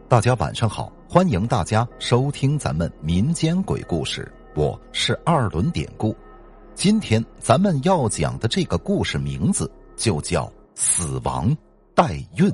大家晚上好，欢迎大家收听咱们民间鬼故事，我是二轮典故。今天咱们要讲的这个故事名字就叫死亡代孕。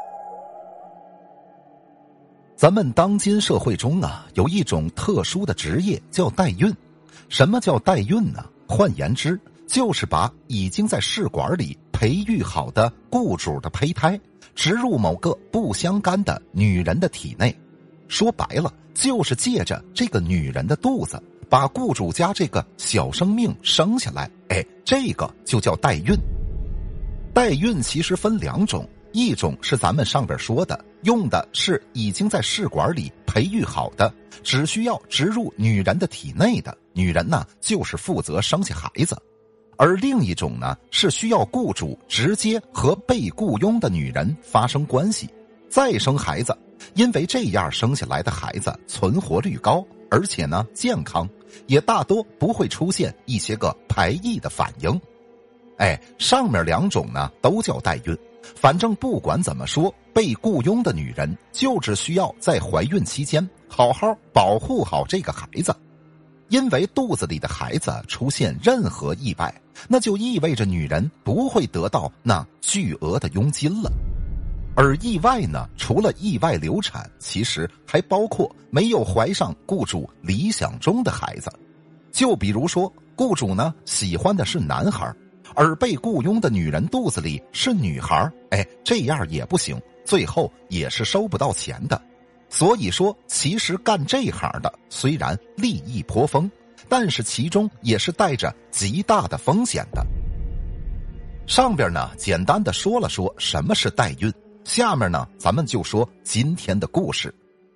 咱们当今社会中啊，有一种特殊的职业叫代孕。什么叫代孕呢？换言之，就是把已经在试管里培育好的雇主的胚胎植入某个不相干的女人的体内。说白了，就是借着这个女人的肚子把雇主家这个小生命生下来，这个就叫代孕。代孕其实分两种，一种是咱们上边说的，用的是已经在试管里培育好的，只需要植入女人的体内的，女人呢就是负责生下孩子。而另一种呢，是需要雇主直接和被雇佣的女人发生关系，再生孩子，因为这样生下来的孩子存活率高，而且呢健康，也大多不会出现一些个排异的反应。上面两种呢都叫代孕，反正不管怎么说，被雇佣的女人就只需要在怀孕期间好好保护好这个孩子。因为肚子里的孩子出现任何意外，那就意味着女人不会得到那巨额的佣金了。而意外呢，除了意外流产，其实还包括没有怀上雇主理想中的孩子。就比如说，雇主呢喜欢的是男孩，而被雇佣的女人肚子里是女孩，这样也不行，最后也是收不到钱的。所以说，其实干这行的虽然利益颇丰，但是其中也是带着极大的风险的。上边呢简单的说了说什么是代孕，下面呢咱们就说今天的故事。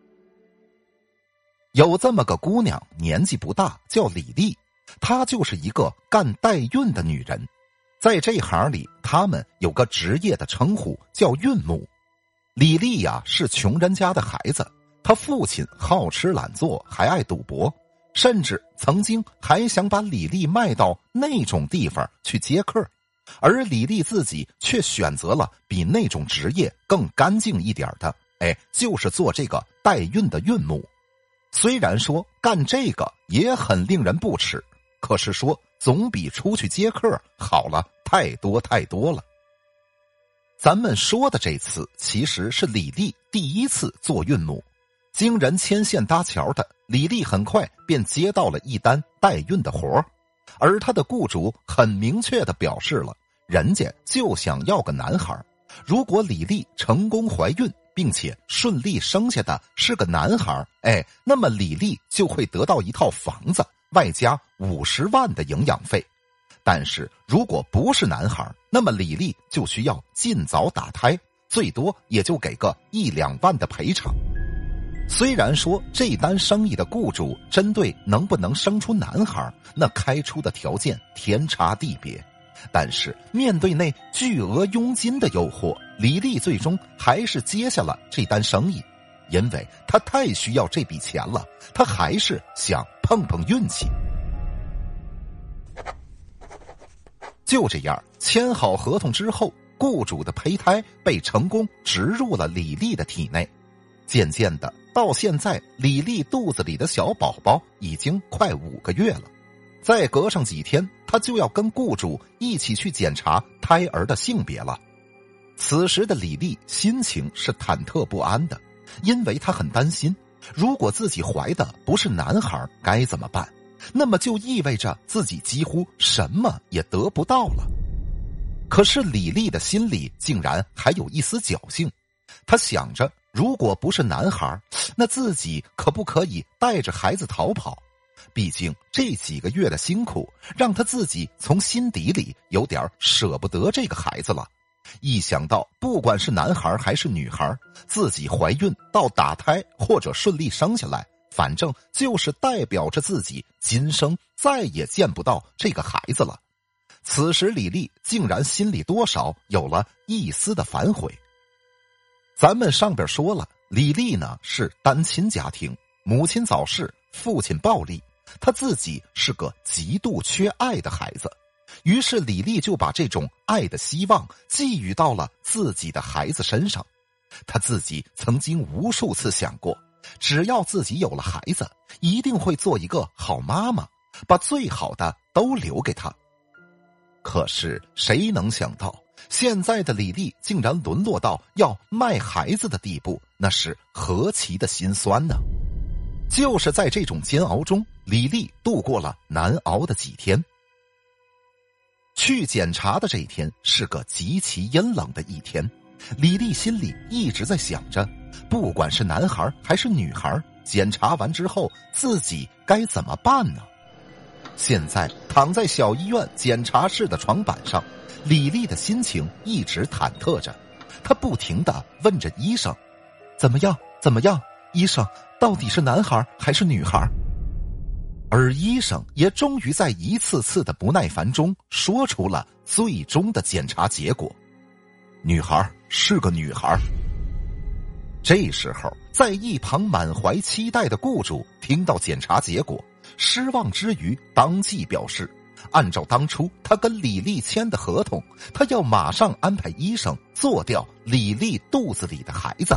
有这么个姑娘，年纪不大，叫李丽，她就是一个干代孕的女人。在这行里，她们有个职业的称呼叫孕母。李丽呀是穷人家的孩子，她父亲好吃懒做，还爱赌博，甚至曾经还想把李丽卖到那种地方去接客，而李丽自己却选择了比那种职业更干净一点的，就是做这个代孕的孕母。虽然说干这个也很令人不齿，可是说总比出去接客好了太多太多了。咱们说的这次其实是李丽第一次做孕母，经人牵线搭桥的，李丽很快便接到了一单代孕的活，而她的雇主很明确地表示了，人家就想要个男孩，如果李丽成功怀孕并且顺利生下的是个男孩，那么李丽就会得到一套房子，外加50万的营养费。但是如果不是男孩，那么李丽就需要尽早打胎，最多也就给个1-2万的赔偿。虽然说这单生意的雇主针对能不能生出男孩，那开出的条件天差地别，但是面对那巨额佣金的诱惑，李丽最终还是接下了这单生意，因为她太需要这笔钱了，她还是想碰碰运气。就这样签好合同之后，雇主的胚胎被成功植入了李丽的体内。渐渐的，到现在李丽肚子里的小宝宝已经快5个月了。再隔上几天，她就要跟雇主一起去检查胎儿的性别了。此时的李丽心情是忐忑不安的，因为她很担心，如果自己怀的不是男孩该怎么办？那么就意味着自己几乎什么也得不到了。可是李丽的心里竟然还有一丝侥幸，她想着，如果不是男孩，那自己可不可以带着孩子逃跑？毕竟这几个月的辛苦，让她自己从心底里有点舍不得这个孩子了。一想到不管是男孩还是女孩，自己怀孕到打胎或者顺利生下来，反正就是代表着自己今生再也见不到这个孩子了。此时李丽竟然心里多少有了一丝的反悔。咱们上边说了，李丽呢是单亲家庭，母亲早逝，父亲暴力，她自己是个极度缺爱的孩子。于是李丽就把这种爱的希望寄予到了自己的孩子身上。 他自己曾经无数次想过，只要自己有了孩子，一定会做一个好妈妈，把最好的都留给他。可是谁能想到，现在的李丽竟然沦落到要卖孩子的地步，那是何其的心酸呢？就是在这种煎熬中，李丽度过了难熬的几天。去检查的这一天是个极其阴冷的一天，李丽心里一直在想着，不管是男孩还是女孩，检查完之后自己该怎么办呢？现在躺在小医院检查室的床板上，李丽的心情一直忐忑着，她不停地问着医生：怎么样？怎么样？医生，到底是男孩还是女孩？而医生也终于在一次次的不耐烦中说出了最终的检查结果：女孩，是个女孩。这时候，在一旁满怀期待的雇主听到检查结果，失望之余当即表示，按照当初他跟李丽签的合同，他要马上安排医生做掉李丽肚子里的孩子。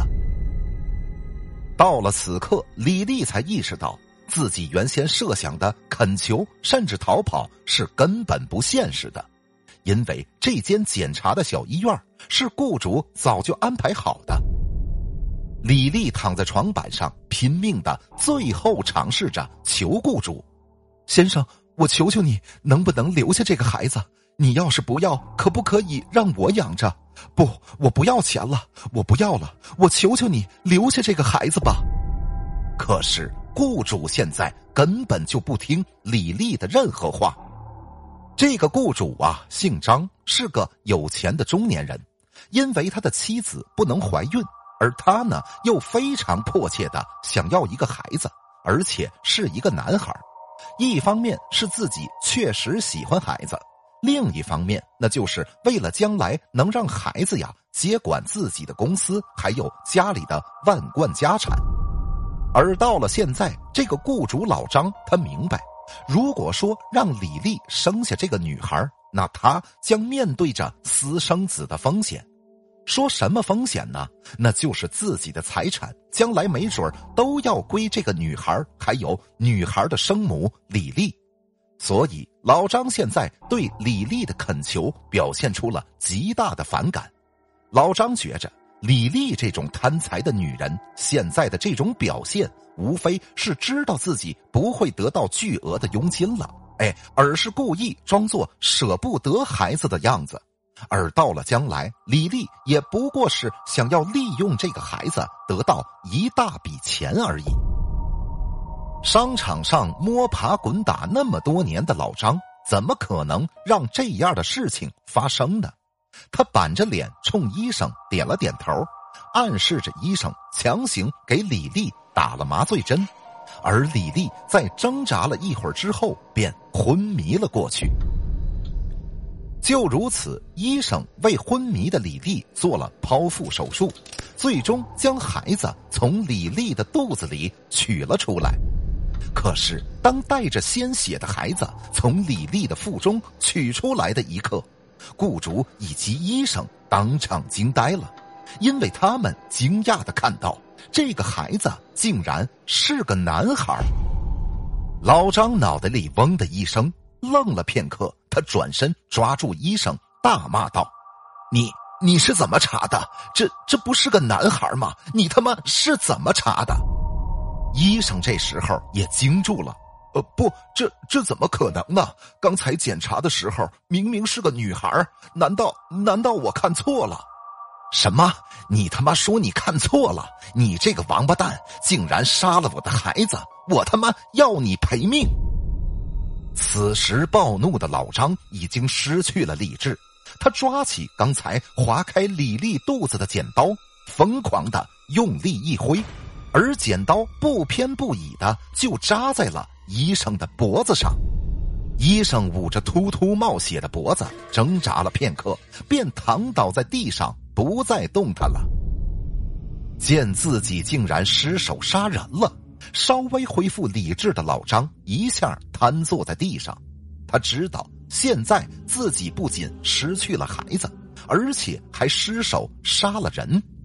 到了此刻，李丽才意识到自己原先设想的恳求甚至逃跑是根本不现实的，因为这间检查的小医院是雇主早就安排好的。李丽躺在床板上，拼命的最后尝试着求雇主：先生，我求求你，能不能留下这个孩子？你要是不要，可不可以让我养着？不，我不要钱了，我不要了，我求求你留下这个孩子吧。可是雇主现在根本就不听李丽的任何话。这个雇主啊，姓张，是个有钱的中年人，因为他的妻子不能怀孕，而他呢又非常迫切的想要一个孩子，而且是一个男孩。一方面是自己确实喜欢孩子，另一方面那就是为了将来能让孩子呀接管自己的公司，还有家里的万贯家产。而到了现在，这个雇主老张他明白，如果说让李丽生下这个女孩，那他将面对着私生子的风险。说什么风险呢？那就是自己的财产将来没准都要归这个女孩，还有女孩的生母李丽。所以老张现在对李丽的恳求表现出了极大的反感。老张觉着李丽这种贪财的女人，现在的这种表现无非是知道自己不会得到巨额的佣金了，而是故意装作舍不得孩子的样子。而到了将来，李丽也不过是想要利用这个孩子得到一大笔钱而已。商场上摸爬滚打那么多年的老张，怎么可能让这样的事情发生呢？他板着脸冲医生点了点头，暗示着医生强行给李丽打了麻醉针，而李丽在挣扎了一会儿之后便昏迷了过去。就如此，医生为昏迷的李丽做了剖腹手术，最终将孩子从李丽的肚子里取了出来。可是当带着鲜血的孩子从李丽的腹中取出来的一刻，雇主以及医生当场惊呆了，因为他们惊讶地看到这个孩子竟然是个男孩。老张脑袋里嗡的一声，愣了片刻，他转身抓住医生大骂道：你是怎么查的？这不是个男孩吗？你他妈是怎么查的？医生这时候也惊住了，不，这怎么可能呢？刚才检查的时候明明是个女孩，难道我看错了？什么？你他妈说你看错了？你这个王八蛋竟然杀了我的孩子，我他妈要你赔命！此时暴怒的老张已经失去了理智，他抓起刚才划开李丽肚子的剪刀，疯狂的用力一挥，而剪刀不偏不倚的就扎在了医生的脖子上。医生捂着突突冒血的脖子挣扎了片刻，便躺倒在地上不再动弹了。见自己竟然失手杀人了，稍微恢复理智的老张一下瘫坐在地上。他知道现在自己不仅失去了孩子，而且还失手杀了人。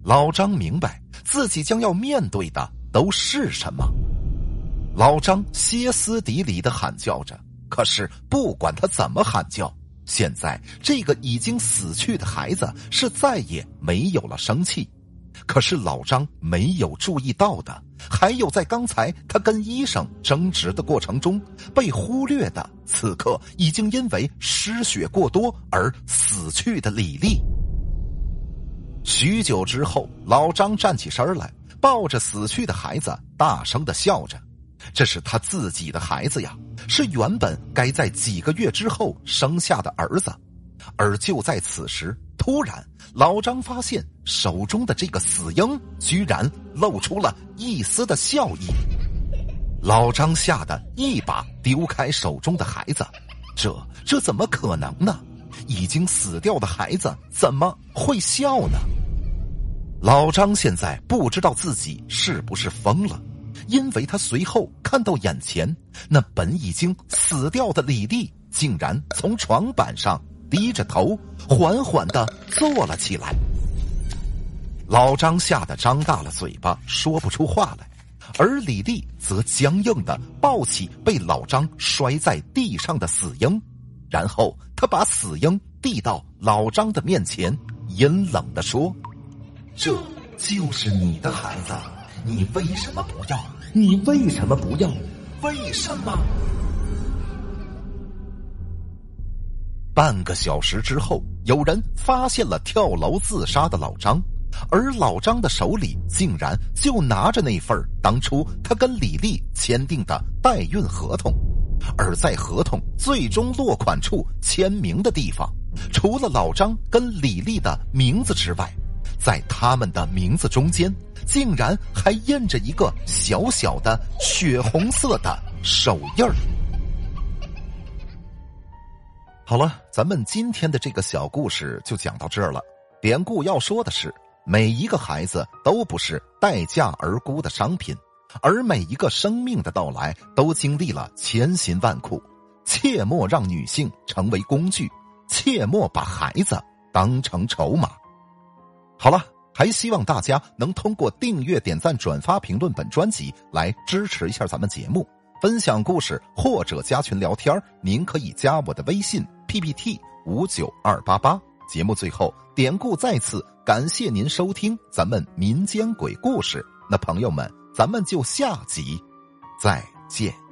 老张明白自己将要面对的都是什么。老张歇斯底里地喊叫着，可是不管他怎么喊叫，现在这个已经死去的孩子是再也没有了生气。可是老张没有注意到的，还有在刚才他跟医生争执的过程中被忽略的，此刻已经因为失血过多而死去的李丽。许久之后，老张站起身来，抱着死去的孩子大声地笑着。这是他自己的孩子呀，是原本该在几个月之后生下的儿子。而就在此时，突然老张发现手中的这个死婴居然露出了一丝的笑意。老张吓得一把丢开手中的孩子，这怎么可能呢？已经死掉的孩子怎么会笑呢？老张现在不知道自己是不是疯了，因为他随后看到眼前那本已经死掉的李丽竟然从床板上低着头缓缓地坐了起来。老张吓得张大了嘴巴，说不出话来，而李丽则僵硬地抱起被老张摔在地上的死婴，然后他把死婴递到老张的面前，阴冷地说：这就是你的孩子，你为什么不要？你为什么不要？为什么？半个小时之后，有人发现了跳楼自杀的老张，而老张的手里竟然就拿着那份当初他跟李丽签订的代孕合同。而在合同最终落款处签名的地方，除了老张跟李丽的名字之外，在他们的名字中间竟然还印着一个小小的血红色的手印儿。好了，咱们今天的这个小故事就讲到这儿了。典故要说的是，每一个孩子都不是待价而沽的商品，而每一个生命的到来都经历了千辛万苦。切莫让女性成为工具，切莫把孩子当成筹码。好了，还希望大家能通过订阅、点赞、转发、评论本专辑来支持一下咱们节目，分享故事或者加群聊天，您可以加我的微信 PPT59288。节目最后，典故再次感谢您收听咱们民间鬼故事。那朋友们，咱们就下集再见。